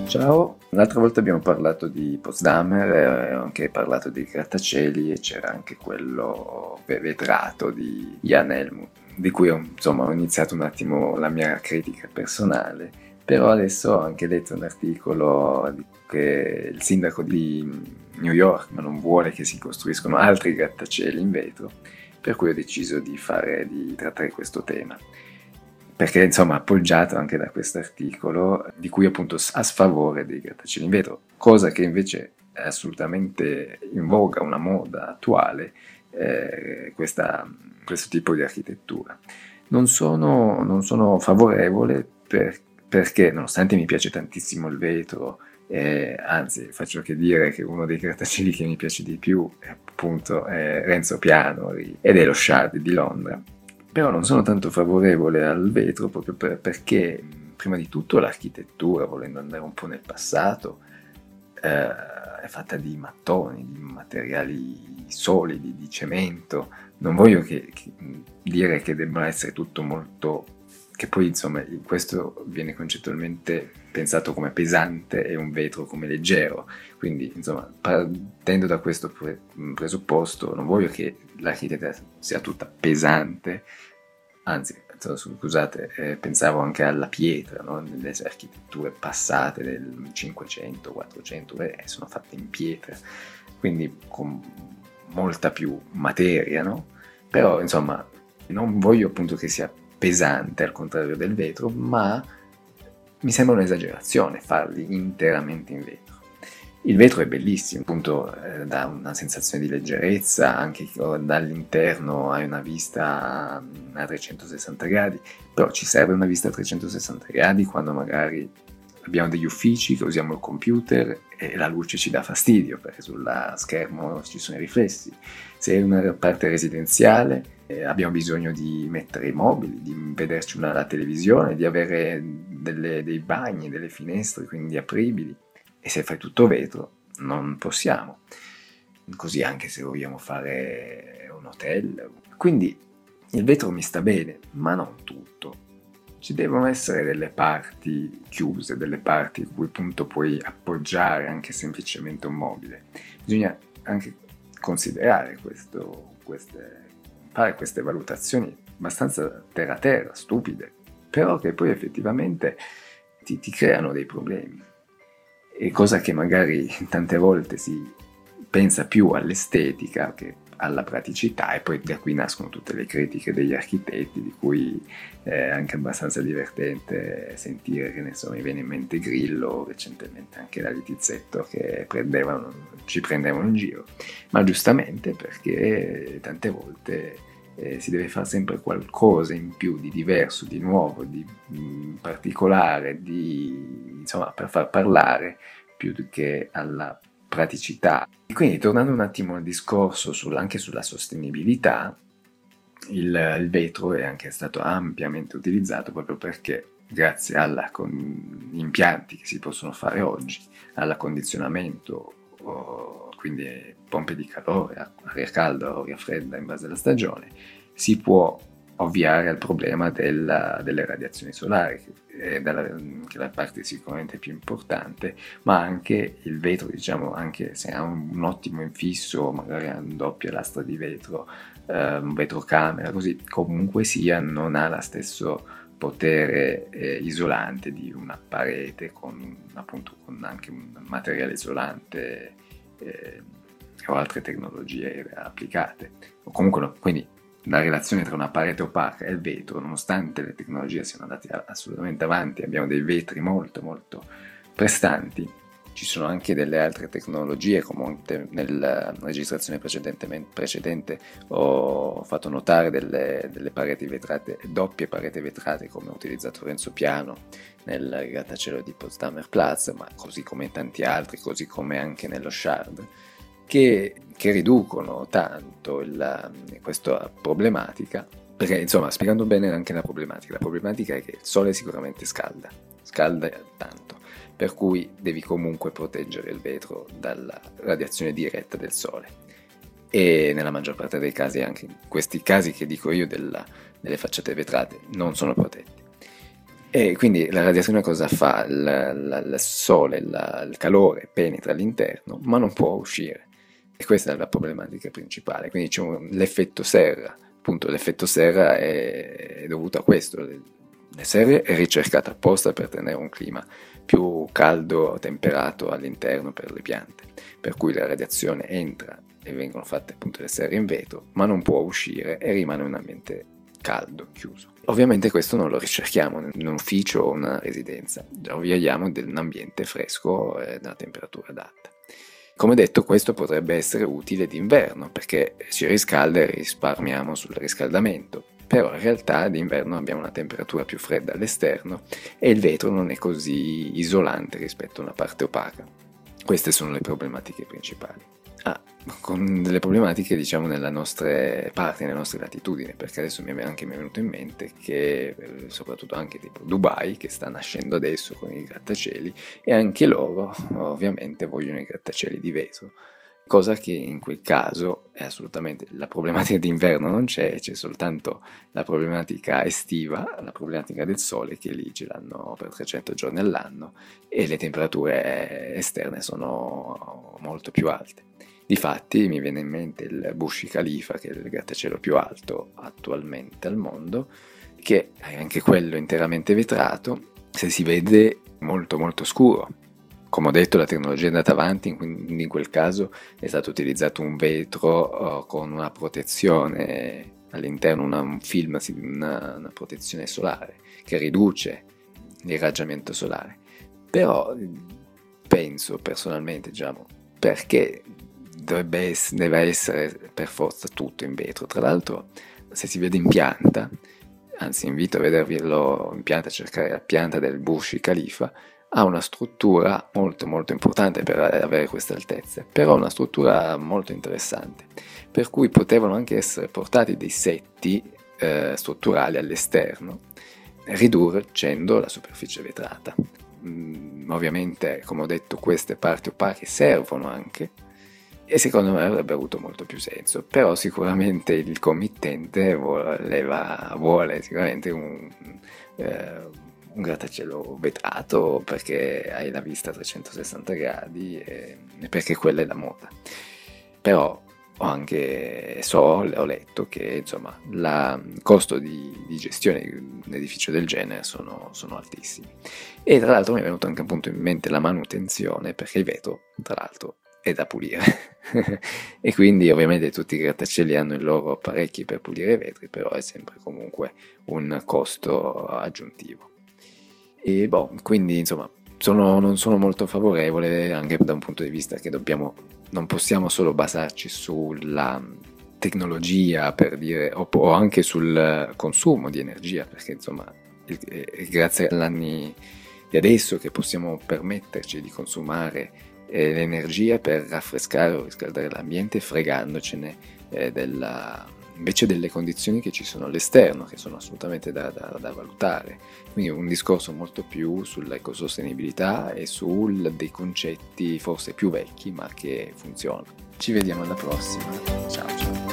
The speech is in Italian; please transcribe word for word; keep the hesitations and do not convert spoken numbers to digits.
Ciao, l'altra volta abbiamo parlato di Potsdamer e ho anche parlato dei grattacieli e c'era anche quello vetrato di Jan Helmut, di cui ho, insomma, ho iniziato un attimo la mia critica personale, però adesso ho anche letto un articolo che il sindaco di New York ma non vuole che si costruiscano altri grattacieli in vetro, per cui ho deciso di, fare, di trattare questo tema. Perché insomma appoggiato anche da questo articolo di cui appunto a sfavore dei grattacieli in vetro, cosa che invece è assolutamente in voga, una moda attuale, eh, questa, questo tipo di architettura. Non sono, non sono favorevole per, perché nonostante mi piace tantissimo il vetro, eh, anzi faccio che dire che uno dei grattacieli che mi piace di più è appunto è Renzo Piano ed è lo Shard di Londra. Però non sono tanto favorevole al vetro proprio per, perché prima di tutto l'architettura, volendo andare un po' nel passato, eh, è fatta di mattoni, di materiali solidi, di cemento. Non voglio che, che, dire che debba essere tutto molto... che poi insomma questo viene concettualmente pensato come pesante e un vetro come leggero, quindi insomma partendo da questo pre- presupposto non voglio che l'architettura sia tutta pesante, anzi scusate, eh, pensavo anche alla pietra, no? Nelle architetture passate del cinquecento quattrocento eh, sono fatte in pietra, quindi con molta più materia, no? Però insomma non voglio appunto che sia pesante al contrario del vetro, ma mi sembra un'esagerazione farli interamente in vetro. Il vetro è bellissimo, appunto eh, dà una sensazione di leggerezza, anche dall'interno hai una vista a trecentosessanta gradi, però ci serve una vista a trecentosessanta gradi quando magari abbiamo degli uffici che usiamo il computer e la luce ci dà fastidio perché sul schermo ci sono i riflessi. Se è una parte residenziale eh, abbiamo bisogno di mettere i mobili, di vederci una, la televisione, di avere delle, dei bagni, delle finestre quindi apribili, e se fai tutto vetro non possiamo. Così anche se vogliamo fare un hotel. Quindi il vetro mi sta bene, ma non tutto. Ci devono essere delle parti chiuse, delle parti in cui appunto puoi appoggiare anche semplicemente un mobile. Bisogna anche considerare questo, queste, fare queste valutazioni abbastanza terra terra, stupide, però che poi effettivamente ti, ti creano dei problemi. E cosa che magari tante volte si pensa più all'estetica che alla praticità, e poi da qui nascono tutte le critiche degli architetti, di cui è anche abbastanza divertente sentire, che ne so, mi viene in mente Grillo, recentemente anche la Littizzetto, che prendevano, ci prendevano in giro, ma giustamente perché tante volte eh, si deve fare sempre qualcosa in più, di diverso, di nuovo, di mh, particolare, di, insomma, per far parlare più che alla praticità. E quindi tornando un attimo al discorso sul, anche sulla sostenibilità, il, il vetro è anche stato ampiamente utilizzato proprio perché grazie agli impianti che si possono fare oggi, all'accondizionamento, o, quindi pompe di calore, aria calda o aria fredda in base alla stagione, si può ovviare al problema della, delle radiazioni solari, che è, dalla, che è la parte sicuramente più importante, ma anche il vetro, diciamo, anche se ha un, un ottimo infisso, magari ha una doppia lastra di vetro, eh, un vetrocamera, così comunque sia, non ha lo stesso potere eh, isolante di una parete con appunto con anche un materiale isolante eh, o altre tecnologie applicate, o comunque no, quindi la relazione tra una parete opaca e il vetro, nonostante le tecnologie siano andate assolutamente avanti, abbiamo dei vetri molto molto prestanti, ci sono anche delle altre tecnologie, come nella registrazione precedente ho fatto notare delle, delle pareti vetrate, doppie pareti vetrate, come ha utilizzato Renzo Piano nel grattacielo di Potsdamer Platz, ma così come in tanti altri, così come anche nello Shard, che, che riducono tanto il, questa problematica, perché insomma, spiegando bene anche la problematica, la problematica è che il sole sicuramente scalda, scalda tanto, per cui devi comunque proteggere il vetro dalla radiazione diretta del sole, e nella maggior parte dei casi, anche in questi casi che dico io della, delle facciate vetrate, non sono protetti. E quindi la radiazione cosa fa? Il, la- il sole, la- il calore penetra all'interno, ma non può uscire. E questa è la problematica principale. Quindi c'è un- l'effetto serra. Appunto, l'effetto serra è, è dovuto a questo. Le, le serre è ricercata apposta per tenere un clima più caldo, temperato all'interno per le piante. Per cui la radiazione entra e vengono fatte appunto le serre in vetro, ma non può uscire e rimane un ambiente caldo, chiuso. Ovviamente questo non lo ricerchiamo in un ufficio o una residenza, vogliamo un ambiente fresco e una temperatura adatta. Come detto, questo potrebbe essere utile d'inverno perché ci riscalda e risparmiamo sul riscaldamento, però in realtà d'inverno abbiamo una temperatura più fredda all'esterno e il vetro non è così isolante rispetto a una parte opaca. Queste sono le problematiche principali. Ah, con delle problematiche diciamo nelle nostre parti, nelle nostre latitudini, perché adesso mi è anche mi è venuto in mente che eh, soprattutto anche tipo Dubai, che sta nascendo adesso con i grattacieli, e anche loro ovviamente vogliono i grattacieli di vetro, cosa che in quel caso è assolutamente, la problematica d'inverno non c'è, c'è soltanto la problematica estiva, la problematica del sole che lì ce l'hanno per trecento giorni all'anno e le temperature esterne sono molto più alte. Difatti mi viene in mente il Burj Khalifa, che è il grattacielo più alto attualmente al mondo, che è anche quello interamente vetrato, se si vede molto molto scuro. Come ho detto, la tecnologia è andata avanti, quindi in quel caso è stato utilizzato un vetro uh, con una protezione all'interno, una, un film, una, una protezione solare che riduce l'irraggiamento solare. Però penso personalmente, diciamo, perché dovrebbe essere, deve essere per forza tutto in vetro. Tra l'altro, se si vede in pianta, anzi invito a vedervelo in pianta, a cercare la pianta del Burj Khalifa, ha una struttura molto molto importante per avere queste altezze, però una struttura molto interessante, per cui potevano anche essere portati dei setti eh, strutturali all'esterno, riducendo la superficie vetrata. Mm, ovviamente, come ho detto, queste parti opache servono anche, e secondo me avrebbe avuto molto più senso, però sicuramente il committente voleva, vuole sicuramente un, eh, un grattacielo vetrato perché hai la vista a trecentosessanta gradi e, e perché quella è la moda. Però ho anche so, ho letto che insomma il costo di, di gestione di un edificio del genere sono, sono altissimi. E tra l'altro mi è venuto anche appunto in mente la manutenzione, perché il vetro tra l'altro è da pulire e quindi ovviamente tutti i grattacieli hanno i loro apparecchi per pulire i vetri, però è sempre comunque un costo aggiuntivo. E boh, quindi insomma sono, non sono molto favorevole anche da un punto di vista che dobbiamo, non possiamo solo basarci sulla tecnologia per dire, o, o anche sul consumo di energia, perché insomma il, è grazie agli anni di adesso che possiamo permetterci di consumare eh, l'energia per raffrescare o riscaldare l'ambiente fregandocene eh, della, invece delle condizioni che ci sono all'esterno, che sono assolutamente da, da, da valutare. Quindi un discorso molto più sull'ecosostenibilità e su dei concetti forse più vecchi ma che funzionano. Ci vediamo alla prossima, ciao ciao.